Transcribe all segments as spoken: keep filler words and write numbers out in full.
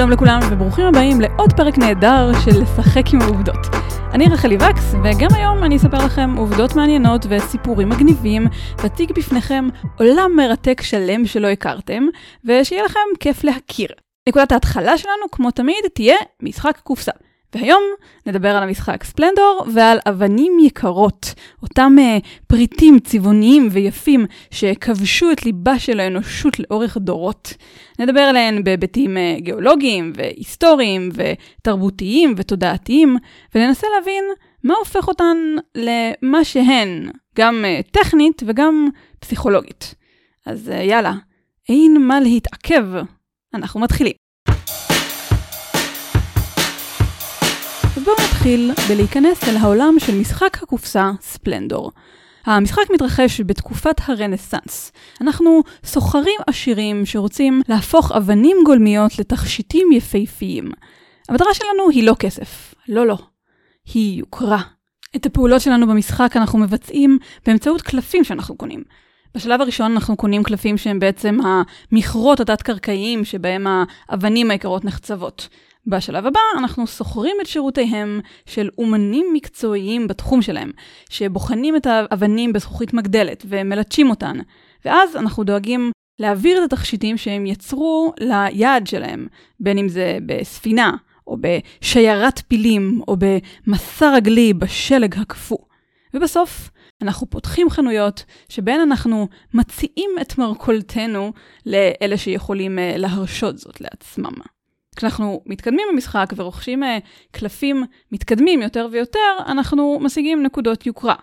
שלום לכולם וברוכים הבאים לעוד פרק נהדר של לשחק עם העובדות. אני רחלי וקס וגם היום אני אספר לכם עובדות מעניינות וסיפורים מגניבים ואציג בפניכם עולם מרתק שלם שלא הכרתם ושיהיה לכם כיף להכיר. נקודת ההתחלה שלנו כמו תמיד תהיה משחק קופסה. והיום נדבר על המשחק ספלנדור ועל אבנים יקרות, אותם uh, פריטים צבעוניים ויפים שכבשו את ליבה של האנושות לאורך דורות. נדבר עליהן בהיבטים uh, גיאולוגיים והיסטוריים ותרבותיים ותודעתיים, וננסה להבין מה הופך אותן למה שהן, גם uh, טכנית וגם פסיכולוגית. אז uh, יאללה, אין מה להתעכב, אנחנו מתחילים. אז בואו נתחיל בלהיכנס אל העולם של משחק הקופסה ספלנדור. המשחק מתרחש בתקופת הרנסנס. אנחנו סוחרים עשירים שרוצים להפוך אבנים גולמיות לתכשיטים יפהפיים. המטרה שלנו היא לא כסף, לא לא, היא יוקרה. את הפעולות שלנו במשחק אנחנו מבצעים באמצעות קלפים שאנחנו קונים. בשלב הראשון אנחנו קונים קלפים שהם בעצם המכרות התת-קרקעיים שבהם האבנים העיקרות נחצבות. בשלב הבא אנחנו סוחרים את שירותיהם של אומנים מקצועיים בתחום שלהם, שבוחנים את האבנים בזכוכית מגדלת ומלטשים אותן, ואז אנחנו דואגים להעביר את התכשיטים שהם יצרו ליעד שלהם, בין אם זה בספינה, או בשיירת פילים, או במסע רגלי בשלג הקפוא. ובסוף אנחנו פותחים חנויות שבהן אנחנו מציעים את מרכולתנו לאלה שיכולים להרשות זאת לעצמם. כשאנחנו מתקדמים במשחק ורוכשים קלפים מתקדמים יותר ויותר, אנחנו משיגים נקודות יוקרה.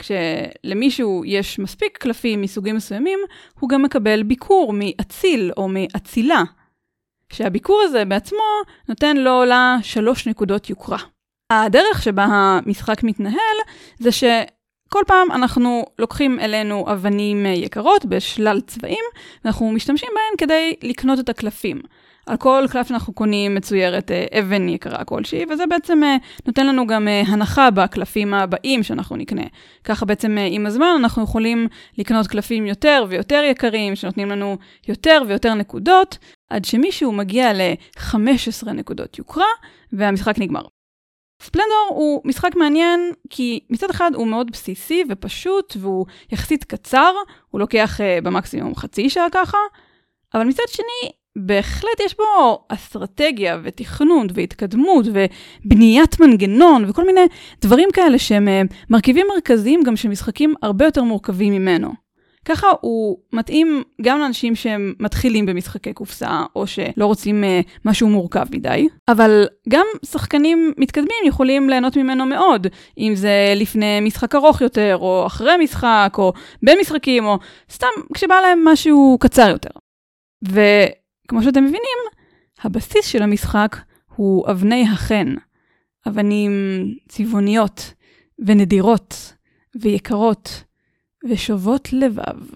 כשלמישהו יש מספיק קלפים מסוגים מסוימים, הוא גם מקבל ביקור מאציל או מאצילה. שהביקור הזה בעצמו נותן לו לה שלוש נקודות יוקרה. הדרך שבה המשחק מתנהל זה שכל פעם אנחנו לוקחים אלינו אבנים יקרות בשלל צבעים, ואנחנו משתמשים בהן כדי לקנות את הקלפים. על כל קלף שאנחנו קונים מצוירת אבן יקרה כלשהי, וזה בעצם נותן לנו גם הנחה בקלפים הבאים שאנחנו נקנה. ככה בעצם עם הזמן אנחנו יכולים לקנות קלפים יותר ויותר יקרים, שנותנים לנו יותר ויותר נקודות, עד שמישהו מגיע ל-חמש עשרה נקודות יוקרה, והמשחק נגמר. ספלנדור הוא משחק מעניין, כי מצד אחד הוא מאוד בסיסי ופשוט, והוא יחסית קצר, הוא לוקח במקסימום חצי שעה ככה, אבל מצד שני, בהחלט יש בו אסטרטגיה ותכנון והתקדמות ובניית מנגנון וכל מיני דברים כאלה שהם מרכיבים מרכזיים גם שמשחקים הרבה יותר מורכבים ממנו. ככה הוא מתאים גם לאנשים שהם מתחילים במשחקי קופסה או שלא רוצים משהו מורכב מדי, אבל גם שחקנים מתקדמים יכולים ליהנות ממנו מאוד, אם זה לפני משחק ארוך יותר או אחרי משחק או בין משחקים או סתם כשבא להם משהו קצר יותר. ו... כמו שאתם מבינים, הבסיס של המשחק הוא אבני החן. אבנים צבעוניות ונדירות ויקרות ושובות לבב.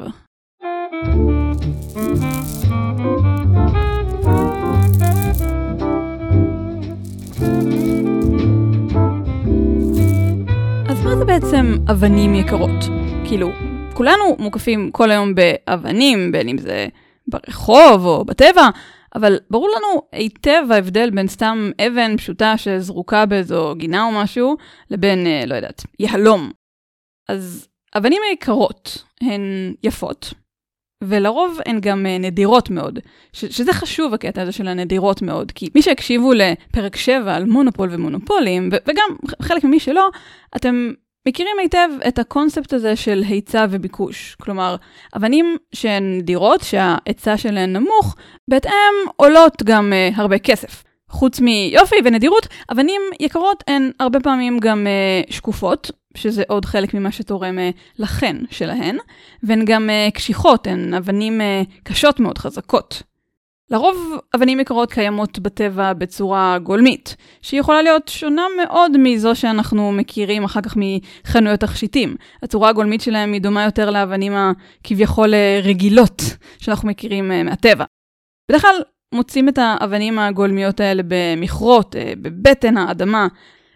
אז מה זה בעצם אבנים יקרות? כאילו, כולנו מוקפים כל היום באבנים, בין אם זה ברחוב או בטבע, אבל ברור לנו היטב ההבדל בין סתם אבן פשוטה שזרוקה באיזו גינה או משהו, לבין, לא יודעת, יהלום. אז אבנים היקרות הן יפות, ולרוב הן גם נדירות מאוד, ש- שזה חשוב הקטע הזה של הנדירות מאוד, כי מי שהקשיבו לפרק שבע על מונופול ומונופולים, ו- וגם חלק ממי שלא, אתם מכירים היטב את הקונספט הזה של היצע וביקוש. כלומר, אבנים שהן נדירות, שההיצע שלהן נמוך, בהתאם עולות גם uh, הרבה כסף. חוץ מיופי ונדירות, אבנים יקרות הן הרבה פעמים גם uh, שקופות, שזה עוד חלק ממה שתורם uh, לחן שלהן, והן גם uh, קשיחות, הן אבנים uh, קשות מאוד חזקות. לרוב אבנים יקרות קיימות בטבע בצורה גולמית, שהיא יכולה להיות שונה מאוד מזו שאנחנו מכירים אחר כך מחנויות תכשיטים. הצורה הגולמית שלהם היא דומה יותר לאבנים הכביכול רגילות שאנחנו מכירים מהטבע. בדרך כלל מוצאים את האבנים הגולמיות האלה במכרות, בבטן האדמה,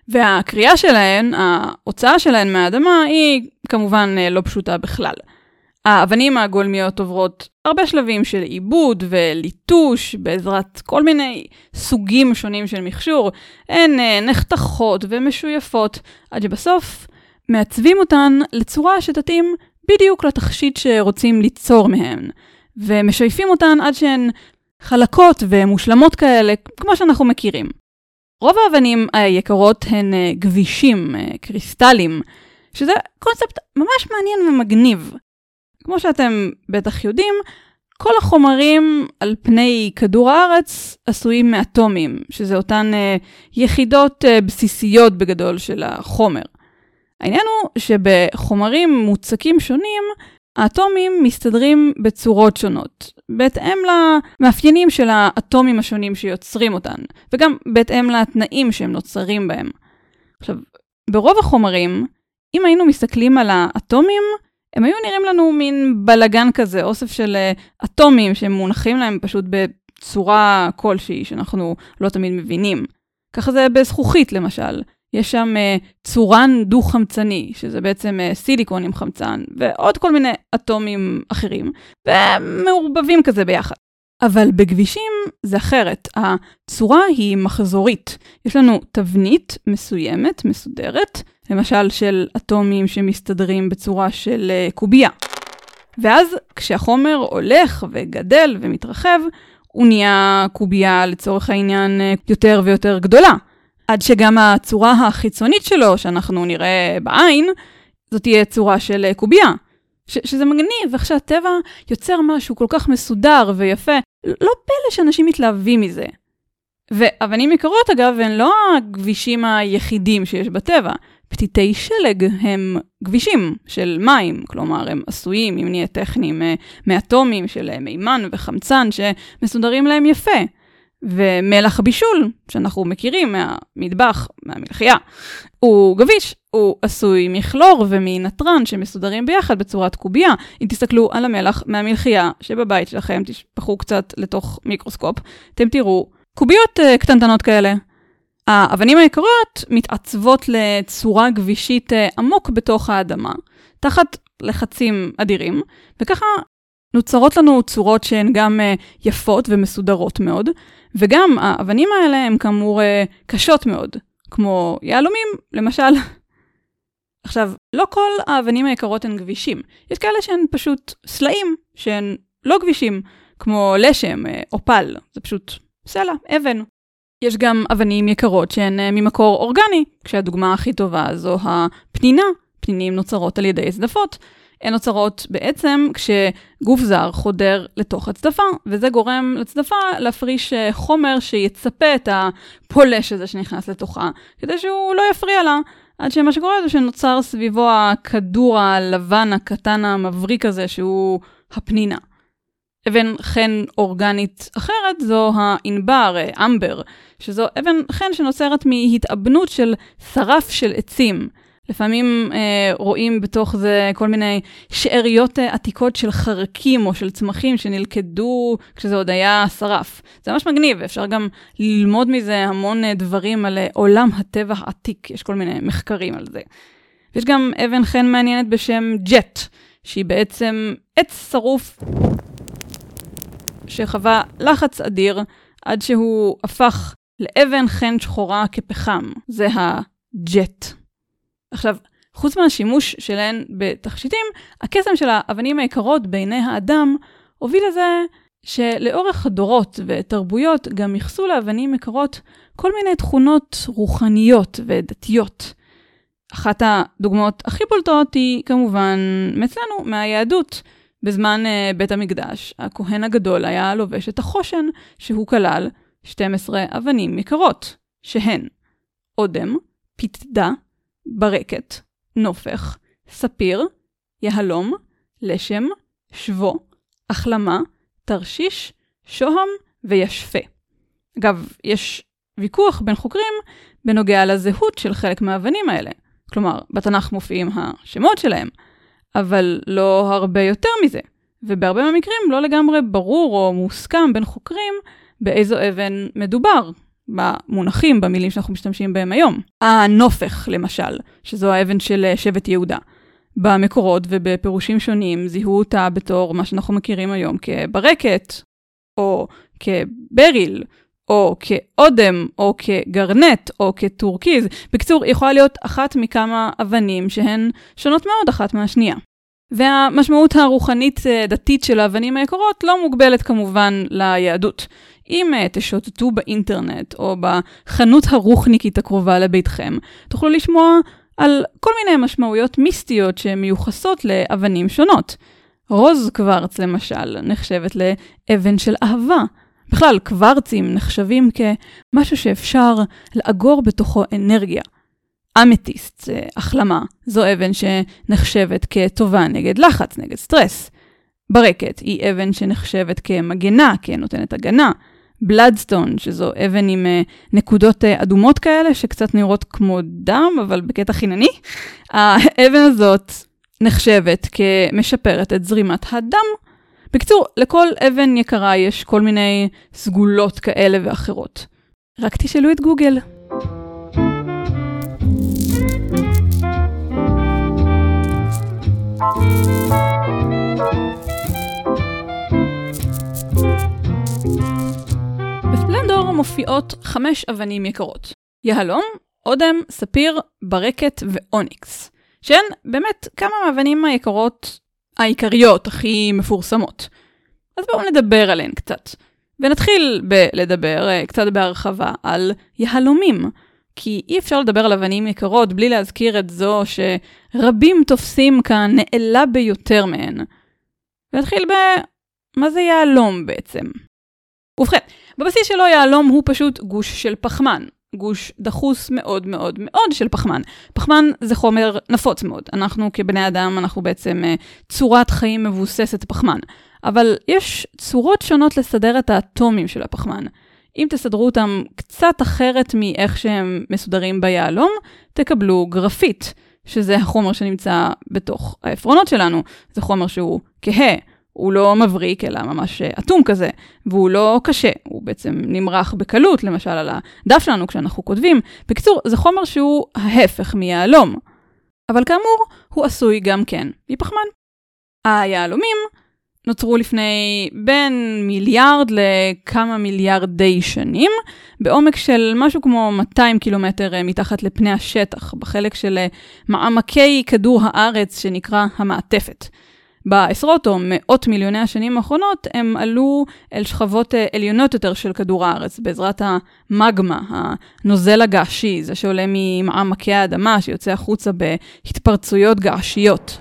והקריאה שלהן, ההוצאה שלהן מהאדמה היא כמובן לא פשוטה בכלל. האבנים הגולמיות עוברות הרבה שלבים של עיבוד וליטוש בעזרת כל מיני סוגים שונים של מכשור. הן נחתכות ומשויפות עד שבסוף מעצבים אותן לצורה שתתאים בדיוק לתכשיט שרוצים ליצור מהן. ומשויפים אותן עד שהן חלקות ומושלמות כאלה, כמו שאנחנו מכירים. רוב האבנים היקרות הן גבישים, קריסטלים, שזה קונספט ממש מעניין ומגניב. כמו שאתם בטח יודעים, כל החומרים על פני כדור הארץ עשויים מאטומים, שזה אותן יחידות בסיסיות בגדול של החומר. העניין הוא שבחומרים מוצקים שונים, האטומים מסתדרים בצורות שונות, בהתאם למאפיינים של האטומים השונים שיוצרים אותן, וגם בהתאם לתנאים שהם נוצרים בהם. עכשיו, ברוב החומרים, אם היינו מסתכלים על האטומים, הם היו נראים לנו מין בלגן כזה, אוסף של אטומים שהם מונחים להם פשוט בצורה כלשהי, שאנחנו לא תמיד מבינים. ככה זה בזכוכית למשל. יש שם uh, צורן דו-חמצני, שזה בעצם uh, סיליקון עם חמצן, ועוד כל מיני אטומים אחרים, ומעורבבים כזה ביחד. אבל בכבישים זה אחרת, הצורה היא מחזורית. יש לנו תבנית מסוימת, מסודרת, למשל של אטומים שמסתדרים בצורה של uh, קובייה. ואז כשהחומר הולך וגדל ומתרחב, הוא נהיה קובייה לצורך העניין uh, יותר ויותר גדולה. עד שגם הצורה החיצונית שלו, שאנחנו נראה בעין, זאת תהיה צורה של קובייה. ש- שזה מגניב, איך שהטבע יוצר משהו כל כך מסודר ויפה. לא פלא שאנשים מתלהבים מזה. ואבנים יקרות, אגב, הן לא הכבישים היחידים שיש בטבע. פתיתי שלג הם כבישים של מים, כלומר, הם עשויים, אם נהיה טכניים, מאטומים של מימן וחמצן, שמסודרים להם יפה. ומלח בישול, שאנחנו מכירים מהמטבח, מהמלחייה, הוא גביש, הוא עשוי מכלור ומנטרן שמסודרים ביחד בצורת קובייה. אם תסתכלו על המלח מהמלחייה שבבית שלכם, תשפכו קצת לתוך מיקרוסקופ, אתם תראו קוביות uh, קטנטנות כאלה. האבנים היקרות מתעצבות לצורה גבישית uh, עמוק בתוך האדמה, תחת לחצים אדירים, וככה נוצרות לנו צורות שהן גם uh, יפות ומסודרות מאוד, וגם האבנים האלה הן כאמור uh, קשות מאוד, כמו יהלומים למשל. עכשיו, לא כל האבנים היקרות הן גבישים, יש כאלה שהן פשוט סלעים, שהן לא גבישים, כמו לשם, uh, אופל, זה פשוט סלע, אבן. יש גם אבנים יקרות שהן uh, ממקור אורגני, כשהדוגמה הכי טובה זו הפנינה, פנינים נוצרות על ידי צדפות, הן נוצרות בעצם כשגוף זר חודר לתוך הצדפה, וזה גורם לצדפה להפריש חומר שיצפה את הפולש הזה שנכנס לתוכה, כדי שהוא לא יפריע לה, עד שמה שקורה זה שנוצר סביבו הכדור הלבן הקטן המבריק הזה, שהוא הפנינה. אבן חן אורגנית אחרת זו האינבר, אמבר, שזו אבן חן שנוצרת מהתאבנות של שרף של עצים, לפעמים אה, רואים בתוך זה כל מיני שאריות אה, עתיקות של חרקים או של צמחים שנלכדו כשזה עוד היה שרף. זה ממש מגניב, אפשר גם ללמוד מזה המון אה, דברים על אה, עולם הטבע העתיק, יש כל מיני מחקרים על זה. ויש גם אבן חן מעניינת בשם ג'ט, שהיא בעצם עץ שרוף שחווה לחץ אדיר עד שהוא הפך לאבן חן שחורה כפחם. זה הג'ט. עכשיו, חוץ מהשימוש שלהן בתכשיטים, הקסם של האבנים היקרות בעיני האדם הוביל לזה שלאורך דורות ותרבויות גם ייחסו לאבנים יקרות כל מיני תכונות רוחניות ודתיות. אחת הדוגמאות הכי בולטות היא כמובן מאצלנו, מהיהדות. בזמן uh, בית המקדש, הכהן הגדול היה לובש את החושן שהוא כלל שתים עשרה אבנים יקרות, שהן אודם, פתדה, ברקת, נופך, ספיר, יהלום, לשם, שבו, החלמה, תרשיש, שוהם וישפה. אגב, יש ויכוח בין חוקרים בנוגע לזהות של חלק מהאבנים האלה. כלומר, בתנ"ך מופיעים השמות שלהם, אבל לא הרבה יותר מזה. ובהרבה מהמקרים לא לגמרי ברור או מוסכם בין חוקרים באיזו אבן מדובר. במונחים, במילים שאנחנו משתמשים בהם היום. הנופך, למשל, שזו האבן של שבט יהודה. במקורות ובפירושים שונים זיהו אותה בתור מה שאנחנו מכירים היום כברקת, או כבריל, או כאודם, או כגרנט, או כטורקיז. בקצור, יכולה להיות אחת מכמה אבנים שהן שונות מאוד אחת מהשנייה. והמשמעות הרוחנית דתית של האבנים היקרות לא מוגבלת כמובן ליהדות. אם תשוטטו באינטרנט או בחנות הרוחניקית הקרובה לביתכם, תוכלו לשמוע על כל מיני משמעויות מיסטיות שמיוחסות לאבנים שונות. רוז קוורץ למשל נחשבת לאבן של אהבה. בכלל, קוורצים נחשבים כמשהו שאפשר לאגור בתוכו אנרגיה. אמתיסט, החלמה, זו אבן שנחשבת כטובה נגד לחץ, נגד סטרס. ברקת היא אבן שנחשבת כמגנה, כנותנת הגנה. בלאדסטון, שזו אבן עם נקודות אדומות כאלה, שקצת נראות כמו דם, אבל בקטע חינני. האבן הזאת נחשבת כמשפרת את זרימת הדם. בקיצור, לכל אבן יקרה יש כל מיני סגולות כאלה ואחרות. רק תשאלו את גוגל. בספלנדור מופיעות חמש אבנים יקרות. יהלום, אודם, ספיר, ברקת ואוניקס. שהן באמת כמה מהאבנים היקרות העיקריות הכי מפורסמות. אז בואו נדבר עליהן קצת. ונתחיל בלדבר קצת בהרחבה על יהלומים. כי אי אפשר לדבר על אבנים יקרות בלי להזכיר את זו שרבים תופסים כאן נעלה ביותר מהן. ונתחיל ב... מה זה יהלום בעצם? ובכן, בבסיס שלו יהלום הוא פשוט גוש של פחמן. גוש דחוס מאוד מאוד מאוד של פחמן. פחמן זה חומר נפוץ מאוד. אנחנו כבני אדם, אנחנו בעצם צורת חיים מבוססת פחמן. אבל יש צורות שונות לסדר את האטומים של הפחמן. אם תסדרו אותם קצת אחרת מאיך שהם מסודרים ביהלום, תקבלו גרפיט, שזה החומר שנמצא בתוך העפרונות שלנו. זה חומר שהוא כהה. הוא לא מבריק, אלא ממש אטום כזה, והוא לא קשה, הוא בעצם נמרח בקלות, למשל על הדף שלנו כשאנחנו כותבים. בקיצור, זה חומר שהוא ההפך מיהלום. אבל כאמור, הוא עשוי גם כן מפחמן. היהלומים נוצרו לפני בין מיליארד לכמה מיליארדי שנים, בעומק של משהו כמו מאתיים קילומטר מתחת לפני השטח, בחלק של מעמקי כדור הארץ שנקרא המעטפת. בעשרות או מאות מיליוני השנים האחרונות הם עלו אל שכבות עליונות יותר של כדור הארץ בעזרת המגמה, הנוזל הגעשי, זה שעולה ממעמקי האדמה שיוצא החוצה בהתפרצויות געשיות.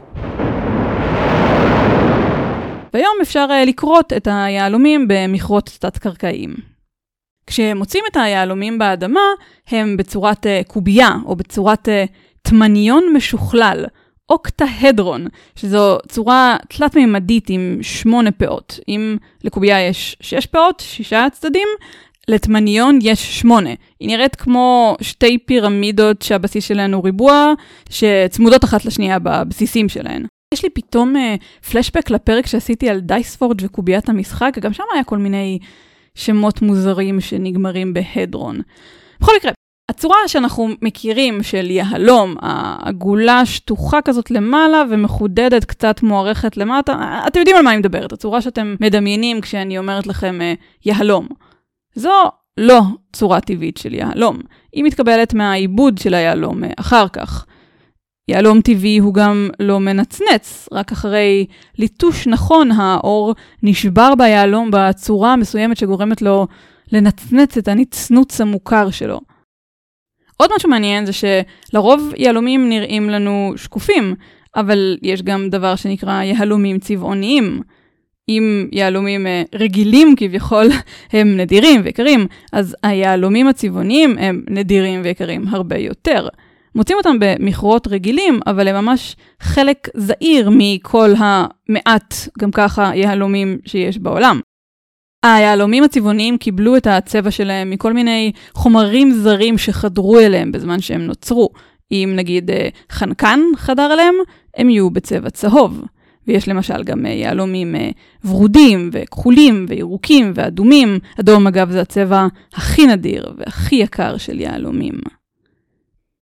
והיום אפשר לקרות את היהלומים במכרות תת-קרקעיים. כשמוצאים את היהלומים באדמה הם בצורת קובייה או בצורת תמניון משוכלל, אוקטהדרון, שזו צורה תלת-מימדית עם שמונה פאות. אם לקובייה יש שש פאות, שישה צדדים, לתמניון יש שמונה. היא נראית כמו שתי פירמידות שהבסיס שלהן הוא ריבוע, שצמודות אחת לשנייה בבסיסים שלהן. יש לי פתאום uh, פלשבק לפרק שעשיתי על דייספורג' וקוביית המשחק, גם שם היה כל מיני שמות מוזרים שנגמרים בהדרון. בכל מקרה, הצורה שאנחנו מכירים של יהלום, העגולה שטוחה כזאת למעלה ומחודדת קצת מוערכת למטה, אתם יודעים על מה אני מדברת, הצורה שאתם מדמיינים כשאני אומרת לכם יהלום. זו לא צורה טבעית של יהלום, היא מתקבלת מהעיבוד של היהלום אחר כך. יהלום טבעי הוא גם לא מנצנץ, רק אחרי ליטוש נכון האור נשבר ביהלום בצורה מסוימת שגורמת לו לנצנץ את הנצנוץ המוכר שלו. עוד משהו מעניין זה שלרוב יהלומים נראים לנו שקופים, אבל יש גם דבר שנקרא יהלומים צבעוניים. אם יהלומים רגילים כביכול הם נדירים ויקרים, אז היהלומים הצבעוניים הם נדירים ויקרים הרבה יותר. מוצאים אותם במכרות רגילים, אבל הם ממש חלק זעיר מכל המעט גם ככה יהלומים שיש בעולם. היהלומים הצבעוניים קיבלו את הצבע שלהם מכל מיני חומרים זרים שחדרו אליהם בזמן שהם נוצרו. אם נגיד חנקן חדר אליהם, הם יהיו בצבע צהוב. ויש למשל גם יהלומים ורודים וכחולים וירוקים ואדומים. אדום אגב זה הצבע הכי נדיר והכי יקר של יהלומים.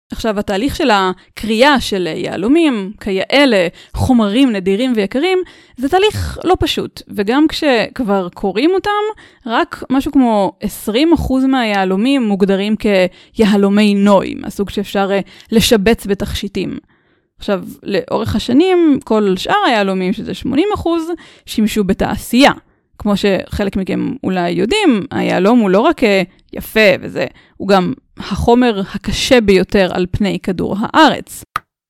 עכשיו, התהליך של הקריאה של יהלומים, כיאה חומרים נדירים ויקרים, זה תהליך לא פשוט. וגם כשכבר קוראים אותם, רק משהו כמו עשרים אחוז מהיהלומים מוגדרים כיהלומי נוי, מהסוג שאפשר לשבץ בתכשיטים. עכשיו, לאורך השנים, כל שאר היהלומים, שזה שמונים אחוז, שימשו בתעשייה. כמו שחלק מכם אולי יודעים, היהלום הוא לא רק יפה וזה, הוא גם החומר הקשה ביותר על פני כדור הארץ.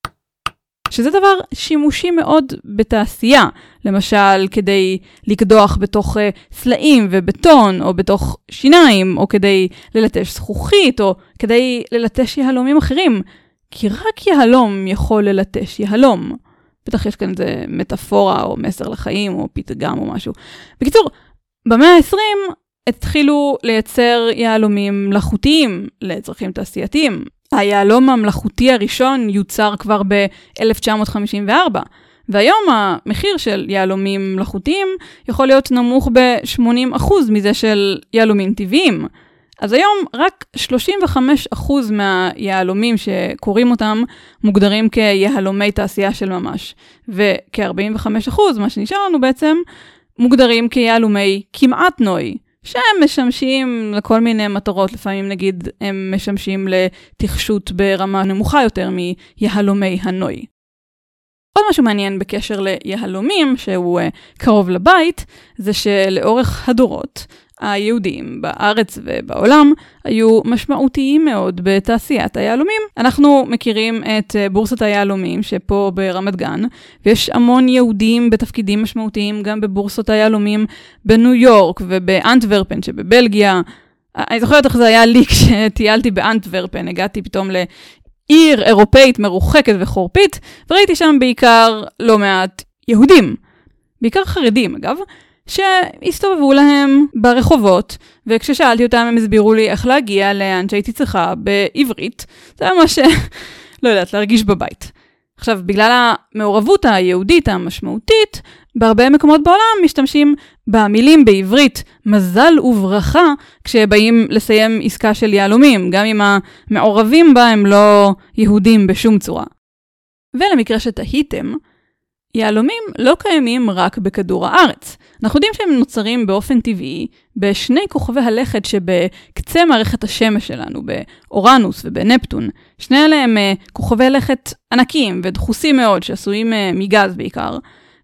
שזה דבר שימושי מאוד בתעשייה, למשל כדי לקדוח בתוך סלעים ובטון, או בתוך שיניים, או כדי ללטש זכוכית, או כדי ללטש יהלומים אחרים, כי רק יהלום יכול ללטש יהלום. בטח יש כאן איזה מטאפורה או מסר לחיים או פתגם או משהו. בקיצור, במאה ה-עשרים התחילו לייצר יהלומים מלאכותיים לצרכים תעשייתיים. היהלום המלאכותי הראשון יוצר כבר ב-אלף תשע מאות חמישים וארבע, והיום המחיר של יהלומים מלאכותיים יכול להיות נמוך ב-שמונים אחוז מזה של יהלומים טבעיים. אז היום רק שלושים וחמישה אחוז מהיהלומים שקוראים אותם מוגדרים כיהלומי תעשייה של ממש, וכ-ארבעים וחמישה אחוז, מה שנשאר לנו בעצם, מוגדרים כיהלומי כמעט נוי, שהם משמשים לכל מיני מטרות, לפעמים נגיד הם משמשים לתחשות ברמה נמוכה יותר מיהלומי הנוי. עוד משהו מעניין בקשר ליהלומים, שהוא קרוב לבית, זה שלאורך הדורות, היהודים בארץ ובעולם היו משמעותיים מאוד בתעשיית היהלומים. אנחנו מכירים את בורסת היהלומים שפה ברמת גן, ויש המון יהודים בתפקידים משמעותיים גם בבורסות היהלומים בניו יורק ובאנטוורפן שבבלגיה. אני זוכרת איך זה היה לי כשטיילתי באנטוורפן, הגעתי פתאום לעיר אירופאית מרוחקת וחורפית, וראיתי שם בעיקר לא מעט יהודים, בעיקר חרדים אגב, שהסתובבו להם ברחובות, וכששאלתי אותם הם הסבירו לי איך להגיע לאן שהייתי צריכה בעברית. זה היה ממש, לא יודעת, להרגיש בבית. עכשיו, בגלל המעורבות היהודית המשמעותית, בהרבה מקומות בעולם משתמשים במילים בעברית מזל וברכה, כשבאים לסיים עסקה של יהלומים, גם אם המעורבים בה הם לא יהודים בשום צורה. ולמקרה שתהיתם, יהלומים לא קיימים רק בכדור הארץ. אנחנו יודעים שהם נוצרים באופן טבעי בשני כוכבי הלכת שבקצה מערכת השמש שלנו, באורנוס ובנפטון. שני אלה הם כוכבי לכת ענקיים ודחוסים מאוד, שעשויים מגז בעיקר.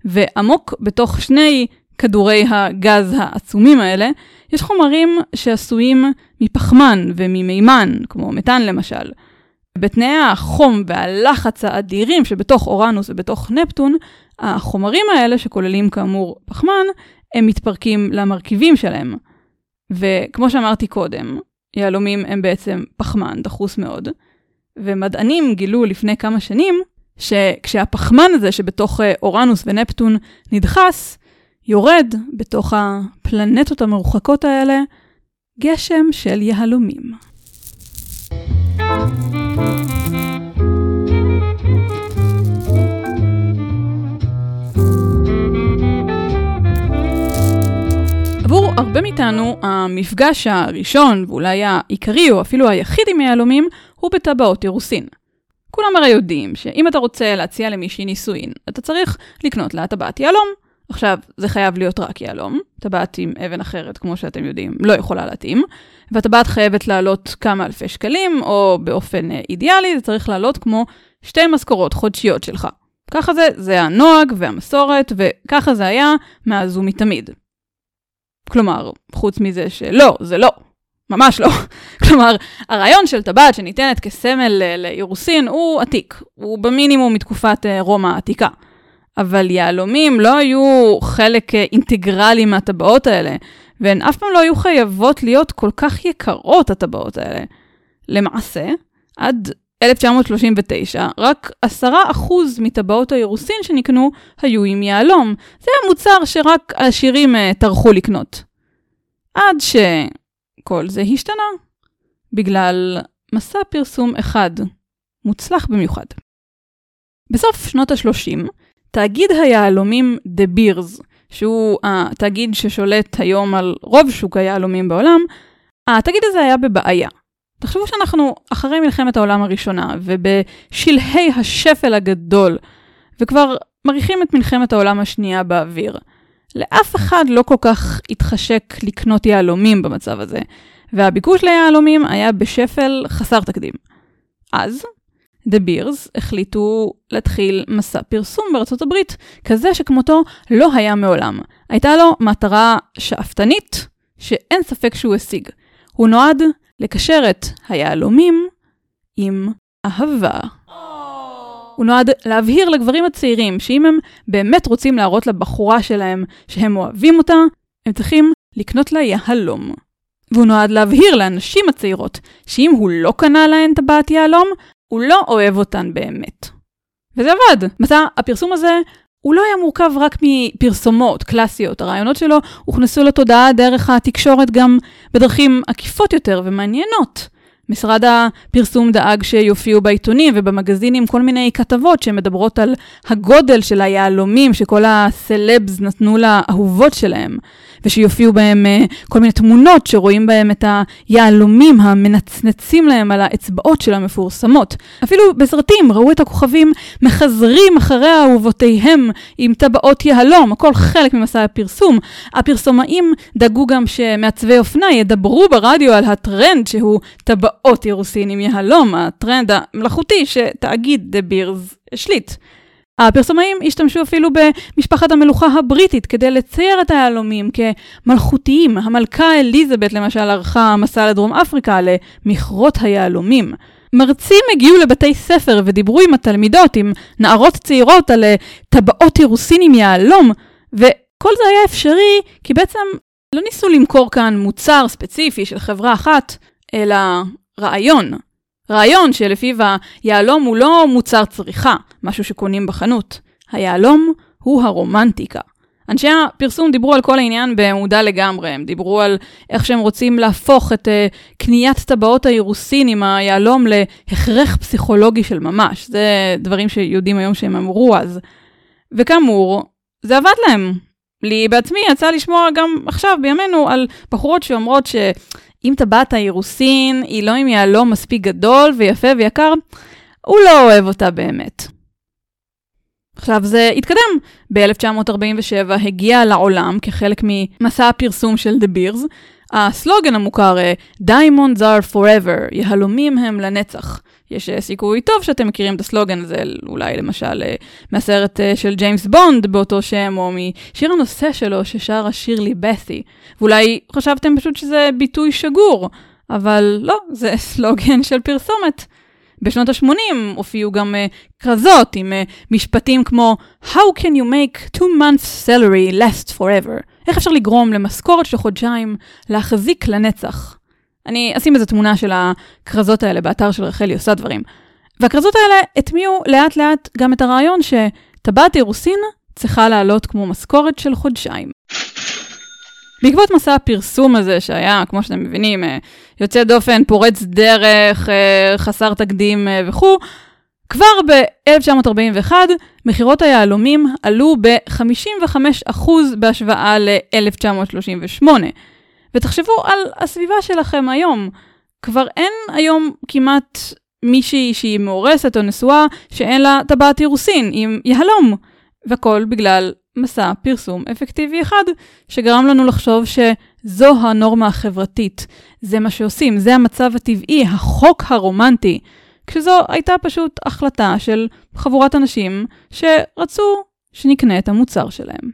ועמוק בתוך שני כדורי הגז העצומים האלה, יש חומרים שעשויים מפחמן וממימן, כמו מתאן למשל. בתנאי החום והלחץ האדירים שבתוך אורנוס ובתוך נפטון, החומרים האלה שכוללים כאמור פחמן, הם מתפרקים למרכיבים שלהם. וכמו שאמרתי קודם, יהלומים הם בעצם פחמן דחוס מאוד, ומדענים גילו לפני כמה שנים, שכשהפחמן הזה שבתוך אורנוס ונפטון נדחס, יורד בתוך הפלנטות המרוחקות האלה, גשם של יהלומים. עבור הרבה מאיתנו, המפגש הראשון, ואולי העיקרי או אפילו היחיד עם יהלומים, הוא בטבעות אירוסין. כולם הרי יודעים שאם אתה רוצה להציע למישהי נישואין, אתה צריך לקנות לה טבעת יהלום. עכשיו, זה חייב להיות רק יהלום. טבעת עם אבן אחרת, כמו שאתם יודעים, לא יכולה להתאים. והטבעת חייבת לעלות כמה אלפי שקלים, או באופן אידיאלי, זה צריך לעלות כמו שתי משכורות חודשיות שלך. ככה זה, זה הנוהג והמסורת, וככה זה היה מאז ומתמיד. כלומר, חוץ מזה שלא, זה לא. ממש לא. כלומר, הרעיון של טבעת שניתנת כסמל לאירוסין הוא עתיק. הוא במינימום מתקופת רומא העתיקה. אבל יהלומים לא היו חלק אינטגרלי מהטבעות האלה, והן אף פעם לא היו חייבות להיות כל כך יקרות הטבעות האלה. למעשה, עד אלף תשע מאות שלושים ותשע, רק עשרה אחוז מטבעות האירוסין שנקנו היו עם יהלום. זה היה מוצר שרק העשירים טרחו לקנות. עד שכל זה השתנה, בגלל מסע פרסום אחד, מוצלח במיוחד. בסוף שנות ה-שלושים, תאגיד היהלומים דה בירס, שהוא התאגיד ששולט היום על רוב שוק היהלומים בעולם, התאגיד הזה היה בבעיה. תחשבו שאנחנו אחרי מלחמת העולם הראשונה, ובשלהי השפל הגדול, וכבר מריחים את מלחמת העולם השנייה באוויר. לאף אחד לא כל כך התחשק לקנות יהלומים במצב הזה, והביקוש ליהלומים היה בשפל חסר תקדים. אז, דה בירס החליטו להתחיל מסע פרסום בארצות הברית, כזה שכמותו לא היה מעולם. הייתה לו מטרה שאפתנית, שאין ספק שהוא השיג. הוא נועד לקשר את היהלומים עם אהבה. הוא נועד להבהיר לגברים הצעירים שאם הם באמת רוצים להראות לבחורה שלהם שהם אוהבים אותה, הם צריכים לקנות לה יהלום. והוא נועד להבהיר לאנשים הצעירות שאם הוא לא קנה להן טבעת יהלום, הוא לא אוהב אותן באמת. וזה עבד. מסע הפרסום הזה הוא לא היה מורכב רק מפרסומות קלאסיות. הרעיונות שלו הוכנסו לתודעה דרך התקשורת גם בדרכים עקיפות יותר ומעניינות. משרד הפרסום דאג שיופיעו בעיתונים ובמגזינים כל מיני כתבות שמדברות על הגודל של היהלומים שכל הסלבס נתנו לאהובות שלהם, ושיופיעו בהם כל מיני תמונות שרואים בהם את היהלומים המנצנצים להם על האצבעות של המפורסמות. אפילו בסרטים ראו את הכוכבים מחזרים אחרי אהובותיהם עם טבעות יהלום, הכל חלק ממסע הפרסום. הפרסומאים דאגו גם שמעצבי אופנה ידברו ברדיו על הטרנד שהוא טבעות אירוסין עם יהלום, הטרנד המלאכותי שתאגיד דה בירס השליט. הפרסומאים השתמשו אפילו במשפחת המלוכה הבריטית כדי לצייר את היהלומים כמלכותיים. המלכה אליזבת למשל ערכה מסע לדרום אפריקה למכרות היהלומים. מרצים הגיעו לבתי ספר ודיברו עם התלמידות, עם נערות צעירות על טבעות אירוסין עם יהלום, וכל זה היה אפשרי כי בעצם לא ניסו למכור כאן מוצר ספציפי של חברה אחת, אלא רעיון. רעיון שלפיו היהלום הוא לא מוצר צריכה, משהו שקונים בחנות. היהלום הוא הרומנטיקה. אנשי הפרסום דיברו על כל העניין במודע לגמרי. הם דיברו על איך שהם רוצים להפוך את uh, קניית טבעות האירוסין עם היהלום להכרח פסיכולוגי של ממש. זה דברים שיודעים היום שהם אמרו אז. וכאמור, זה עבד להם. לי בעצמי יצא לשמוע גם עכשיו בימינו על בחורות שאומרות ש... אם טבעת האירוסין היא לא עם יהלום מספיק גדול ויפה ויקר, הוא לא אוהב אותה באמת. עכשיו זה התקדם. ב-אלף תשע מאות ארבעים ושבע הגיע לעולם כחלק ממסע הפרסום של דה בירס, הסלוגן המוכר, Diamonds are forever, יהלומים הם לנצח. יש סיכוי טוב שאתם מכירים את הסלוגן הזה, אולי למשל מהסרט של ג'יימס בונד באותו שם, או משיר הנושא שלו ששרה שירלי בת'י. ואולי חשבתם פשוט שזה ביטוי שגור, אבל לא, זה סלוגן של פרסומת. בשנות ה-שמונים הופיעו גם uh, קרזות עם uh, משפטים כמו How can you make two months salary last forever? איך אפשר לגרום למשכורת של חודשיים להחזיק לנצח? אני אשים איזו תמונה של הקרזות האלה באתר של רחלי עושה דברים. והקרזות האלה התמיעו לאט לאט גם את הרעיון שטבעת אירוסין צריכה לעלות כמו משכורת של חודשיים. בעקבות מסע הפרסום הזה שהיה, כמו שאתם מבינים, יוצא דופן, פורץ דרך, חסר תקדים וכו', כבר ב-אלף תשע מאות ארבעים ואחת מחירות היהלומים עלו ב-חמישים וחמישה אחוז בהשוואה ל-אלף תשע מאות שלושים ושמונה. ותחשבו על הסביבה שלכם היום. כבר אין היום כמעט מישהי שהיא מאורסת או נשואה שאין לה טבעת אירוסין עם יהלום. וכל בגלל מסע פרסום אפקטיבי אחד שגרם לנו לחשוב שזו הנורמה החברתית. זה מה שעושים, זה המצב הטבעי, החוק הרומנטי. כשזו הייתה פשוט החלטה של חבורת אנשים שרצו שנקנה את המוצר שלהם.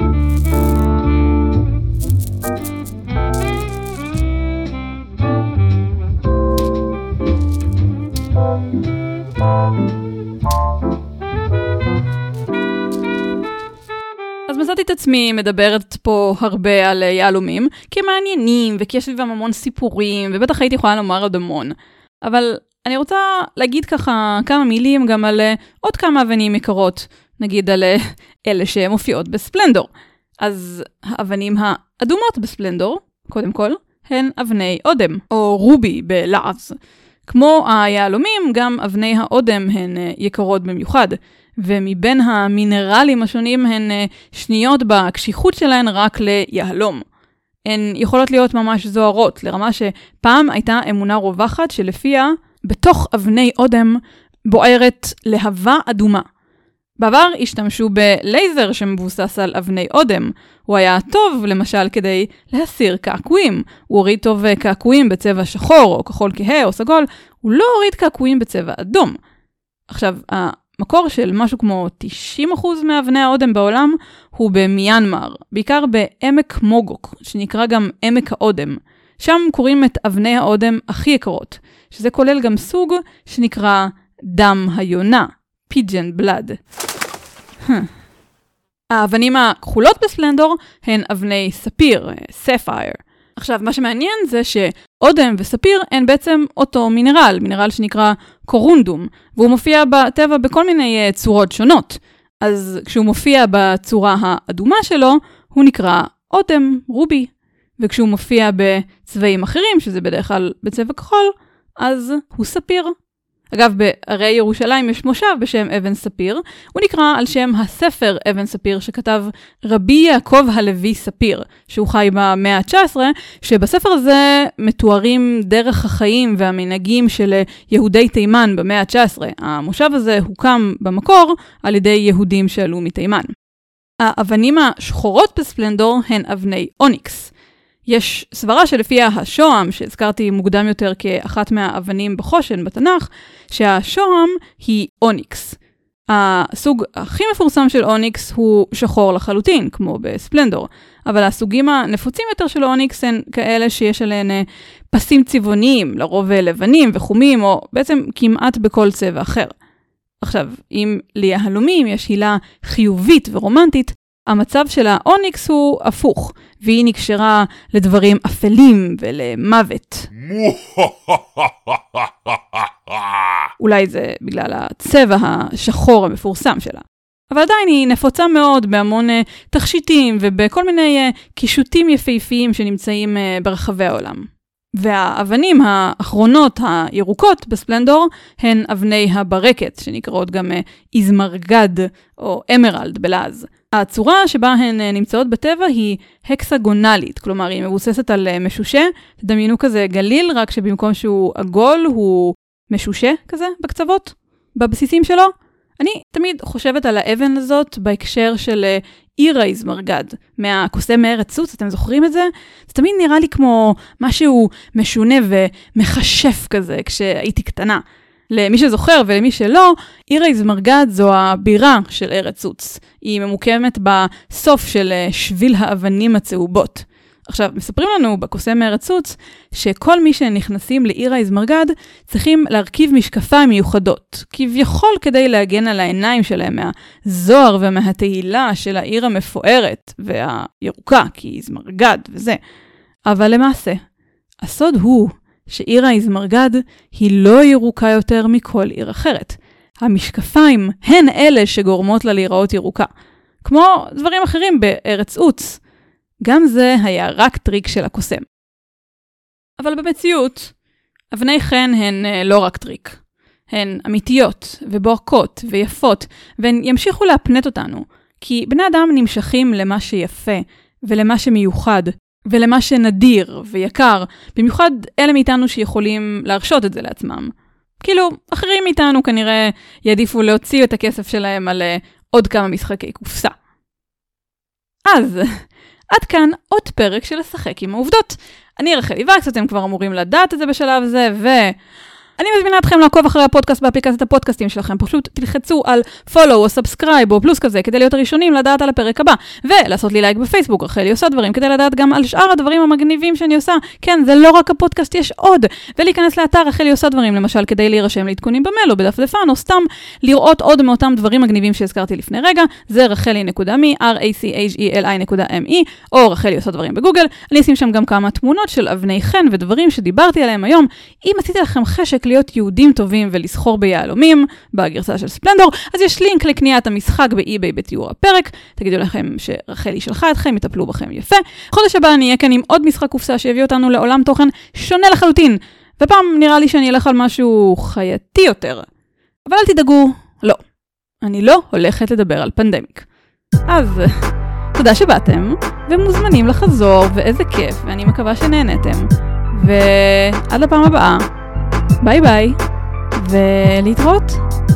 אז מצאתי את עצמי מדברת פה הרבה על יהלומים, כי הם מעניינים וכי יש סביבם המון סיפורים, ובטח הייתי יכולה לומר עוד המון. אבל אני רוצה להגיד ככה כמה מילים גם על עוד כמה אבנים יקרות, נגיד על אלה שמופיעות בספלנדור. אז האבנים האדומות בספלנדור, קודם כל, הן אבני אודם, או רובי בלעז. כמו היהלומים, גם אבני האודם הן יקרות במיוחד, ומבין המינרלים השונים הן שניות בקשיחות שלהן רק ליהלום. הן יכולות להיות ממש זוהרות, לרמה שפעם הייתה אמונה רווחת שלפיה בתוך אבני אודם בוערת להבה אדומה. בעבר השתמשו בלייזר שמבוסס על אבני אודם. הוא היה טוב, למשל, כדי להסיר קעקועים. הוא הוריד טוב קעקועים בצבע שחור, או כחול כהה, או סגול. הוא לא הוריד קעקועים בצבע אדום. עכשיו, המקור של משהו כמו תשעים אחוז מאבני האודם בעולם הוא במיינמר, בעיקר בעמק מוגוק, שנקרא גם עמק האודם. שם קוראים את אבני האודם הכי יקרות, שזה כולל גם סוג שנקרא דם היונה, pigeon blood. האבנים הכחולות בספלנדור הן אבני ספיר, ספייר. עכשיו, מה שמעניין זה שאודם וספיר הן בעצם אותו מינרל, מינרל שנקרא קורונדום, והוא מופיע בטבע בכל מיני צורות שונות. אז כשהוא מופיע בצורה האדומה שלו, הוא נקרא אודם, רובי. וכשהוא מופיע בצבעים אחרים, שזה בדרך כלל בצבע כחול, אז הוא ספיר. אגב, בערי ירושלים יש מושב בשם אבן ספיר, הוא נקרא על שם הספר אבן ספיר שכתב רבי יעקב הלוי ספיר, שהוא חי במאה ה-תשע עשרה, שבספר הזה מתוארים דרך החיים והמנהגים של יהודי תימן במאה ה-תשע עשרה. המושב הזה הוקם במקור על ידי יהודים שעלו מתימן. האבנים השחורות בספלנדור הן אבני אוניקס. יש סברה שלפיה השוהם, שהזכרתי מוקדם יותר כאחת מהאבנים בחושן בתנ"ך, שהשוהם היא אוניקס. הסוג הכי מפורסם של אוניקס הוא שחור לחלוטין, כמו בספלנדור, אבל הסוגים הנפוצים יותר של אוניקס הן כאלה שיש עליהן פסים צבעוניים, לרוב לבנים וחומים, או בעצם כמעט בכל צבע אחר. עכשיו, אם ליהלומים יש הילה חיובית ורומנטית, המצב של האוניקס הוא הפוך, והיא נקשרה לדברים אפלים ולמוות. אולי זה בגלל הצבע השחור המפורסם שלה. אבל עדיין היא נפוצה מאוד בהמון תכשיטים ובכל מיני קישוטים יפהפיים שנמצאים ברחבי העולם. והאבנים האחרונות הירוקות בספלנדור הן אבני הברקת, שנקראות גם איזמרגד או אמרלד בלעז. הצורה שבה הן נמצאות בטבע היא הקסגונלית, כלומר היא מבוססת על משושה. תדמיינו כזה גליל, רק שבמקום שהוא עגול הוא משושה כזה בקצוות, בבסיסים שלו. אני תמיד חושבת על האבן הזאת בהקשר של עיר האיזמרגד, מהקוסם מארץ סוץ, אתם זוכרים את זה? זה תמיד נראה לי כמו משהו משונה ומחשף כזה כשהייתי קטנה. למי שזוכר ולמי שלא, עיר האיזמרגד זו הבירה של ארץ סוץ. היא ממוקמת בסוף של שביל האבנים הצהובות. עכשיו, מספרים לנו בקוסם מארץ סוץ, שכל מי שנכנסים לעיר האיזמרגד צריכים להרכיב משקפיים מיוחדות, כביכול כדי להגן על העיניים שלהם מהזוהר ומהתהילה של העיר המפוארת והירוקה, כי איזמרגד וזה. אבל למעשה, הסוד הוא שעיר האיזמרגד היא לא ירוקה יותר מכל עיר אחרת. המשקפיים הן אלה שגורמות לה להיראות ירוקה. כמו דברים אחרים בארץ סוץ. גם זה היה רק טריק של הקוסם. אבל במציאות, אבני חן הן לא רק טריק. הן אמיתיות ובועקות ויפות, והן ימשיכו להפנט אותנו, כי בני אדם נמשכים למה שיפה ולמה שמיוחד, ולמה שנדיר ויקר, במיוחד אלה מאיתנו שיכולים להרשות את זה לעצמם. כאילו, אחרים מאיתנו כנראה יעדיפו להוציא את הכסף שלהם על עוד כמה משחקי קופסה. אז, עד כאן עוד פרק של לשחק עם העובדות. אני רחלי וקס, אתם כבר אמורים לדעת את זה בשלב הזה, ו... אני מזמינה אתכם לעקוב אחרי הפודקאסט באפליקציית הפודקאסטים שלכם. פשוט תלחצו על follow או subscribe או פלוס כזה, כדי להיות הראשונים לדעת על הפרק הבא. ולעשות לי לייק בפייסבוק, רחלי עושה דברים, כדי לדעת גם על שאר הדברים המגניבים שאני עושה. כן, זה לא רק הפודקאסט, יש עוד. ולהיכנס לאתר רחלי עושה דברים, למשל כדי להירשם לעדכונים במייל או בדפדפן, או סתם לראות עוד מאותם דברים מגניבים שהזכרתי לפני רגע. זה רחלי נקודה מי, r a c h e l i נקודה m e, או רחלי עושה דברים בגוגל. אני אשים שם גם כמה תמונות של אבני חן ודברים שדיברתי עליהם היום. אם עשיתי לכם חשק להיות יהודים טובים ולסחור ביהלומים בגרסה של ספלנדור, אז יש לינק לקניית המשחק באי-ביי בתיאור הפרק. תגידו לכם שרחלי שלחה אתכם, יטפלו בכם יפה. חודש הבא אני אהיה כאן עם עוד משחק קופסה שיביא אותנו לעולם תוכן שונה לחלוטין, ופעם נראה לי שאני אלך על משהו חייתי יותר. אבל אל תדאגו, לא. אני לא הולכת לדבר על פנדמיק. אז תודה שבאתם. ומוזמנים לחזור, ואיזה כיף, ואני מקווה שנהנתם. ועד לפעם הבאה, ביי ביי, ולהתראות.